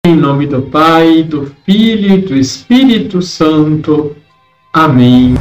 Em nome do Pai, do Filho e do Espírito Santo. Amém.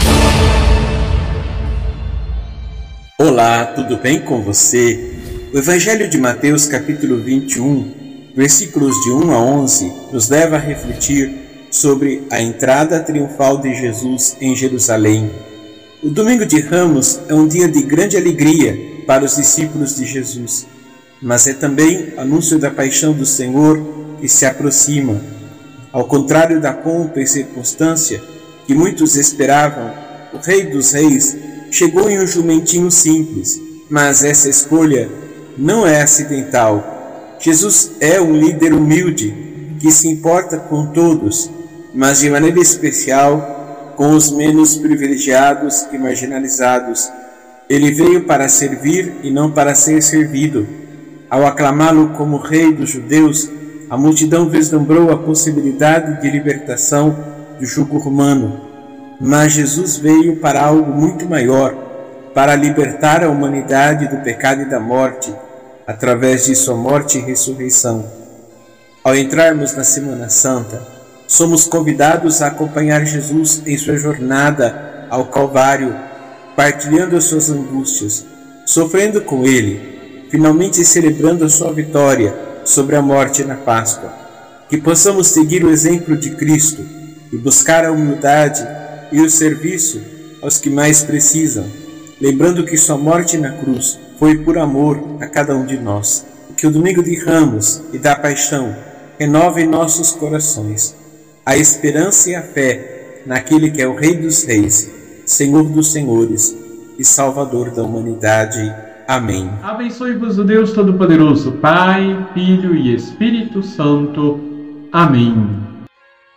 Olá, tudo bem com você? O Evangelho de Mateus, capítulo 21, versículos de 1 a 11, nos leva a refletir sobre a entrada triunfal de Jesus em Jerusalém. O Domingo de Ramos é um dia de grande alegria para os discípulos de Jesus, mas é também anúncio da paixão do Senhor que se aproxima. Ao contrário da pompa e circunstância que muitos esperavam, o Rei dos Reis chegou em um jumentinho simples, mas essa escolha não é acidental. Jesus é um líder humilde que se importa com todos, mas de maneira especial com os menos privilegiados e marginalizados. Ele veio para servir e não para ser servido. Ao aclamá-lo como Rei dos judeus, a multidão vislumbrou a possibilidade de libertação do jugo romano. Mas Jesus veio para algo muito maior, para libertar a humanidade do pecado e da morte, através de sua morte e ressurreição. Ao entrarmos na Semana Santa, somos convidados a acompanhar Jesus em sua jornada ao Calvário, partilhando as suas angústias, sofrendo com Ele, finalmente celebrando a sua vitória sobre a morte na Páscoa. Que possamos seguir o exemplo de Cristo e buscar a humildade e o serviço aos que mais precisam, lembrando que sua morte na cruz foi por amor a cada um de nós. Que o Domingo de Ramos e da Paixão renove em nossos corações a esperança e a fé naquele que é o Rei dos Reis, Senhor dos Senhores e Salvador da humanidade. Amém. Abençoe-vos o Deus Todo-Poderoso, Pai, Filho e Espírito Santo. Amém.